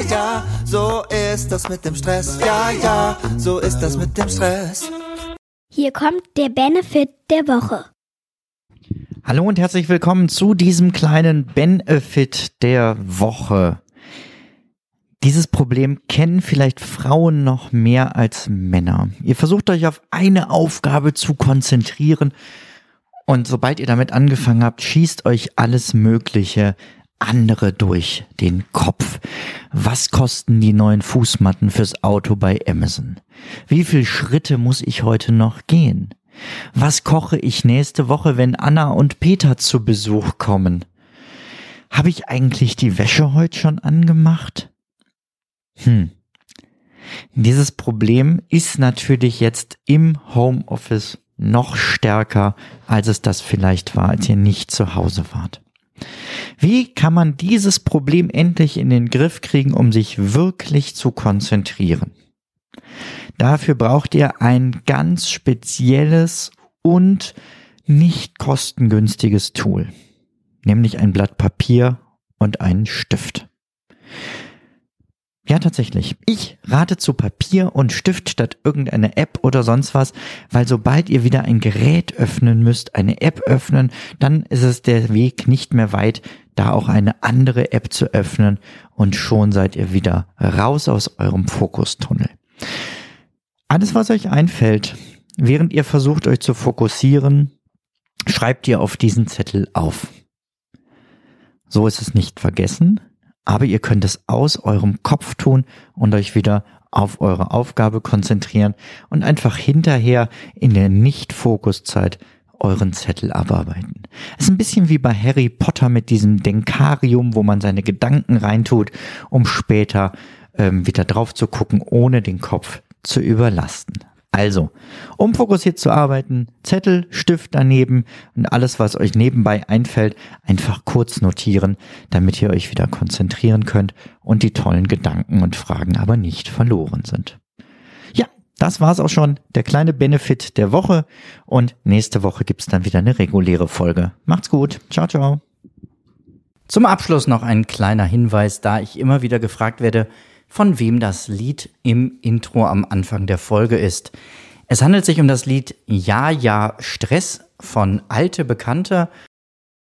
ja, so ist das mit dem Stress. Ja, ja, so ist das mit dem Stress. Hier kommt der Benefit der Woche. Hallo und herzlich willkommen zu diesem kleinen Benefit der Woche. Dieses Problem kennen vielleicht Frauen noch mehr als Männer. Ihr versucht euch auf eine Aufgabe zu konzentrieren und sobald ihr damit angefangen habt, schießt euch alles Mögliche andere durch den Kopf. Was kosten die neuen Fußmatten fürs Auto bei Amazon? Wie viele Schritte muss ich heute noch gehen? Was koche ich nächste Woche, wenn Anna und Peter zu Besuch kommen? Habe ich eigentlich die Wäsche heute schon angemacht? Dieses Problem ist natürlich jetzt im Homeoffice noch stärker, als es das vielleicht war, als ihr nicht zu Hause wart. Wie kann man dieses Problem endlich in den Griff kriegen, um sich wirklich zu konzentrieren? Dafür braucht ihr ein ganz spezielles und nicht kostengünstiges Tool, nämlich ein Blatt Papier und einen Stift. Ja, tatsächlich. Ich rate zu Papier und Stift statt irgendeine App oder sonst was, weil sobald ihr wieder ein Gerät öffnen müsst, eine App öffnen, dann ist es der Weg nicht mehr weit, da auch eine andere App zu öffnen und schon seid ihr wieder raus aus eurem Fokustunnel. Alles, was euch einfällt, während ihr versucht, euch zu fokussieren, schreibt ihr auf diesen Zettel auf. So ist es nicht vergessen. Aber ihr könnt es aus eurem Kopf tun und euch wieder auf eure Aufgabe konzentrieren und einfach hinterher in der Nicht-Fokuszeit euren Zettel abarbeiten. Es ist ein bisschen wie bei Harry Potter mit diesem Denkarium, wo man seine Gedanken reintut, um später wieder drauf zu gucken, ohne den Kopf zu überlasten. Also, um fokussiert zu arbeiten, Zettel, Stift daneben und alles, was euch nebenbei einfällt, einfach kurz notieren, damit ihr euch wieder konzentrieren könnt und die tollen Gedanken und Fragen aber nicht verloren sind. Ja, das war's auch schon, der kleine Benefit der Woche und nächste Woche gibt's dann wieder eine reguläre Folge. Macht's gut, ciao, ciao. Zum Abschluss noch ein kleiner Hinweis, da ich immer wieder gefragt werde, von wem das Lied im Intro am Anfang der Folge ist. Es handelt sich um das Lied Ja, ja, Stress von Alte Bekannte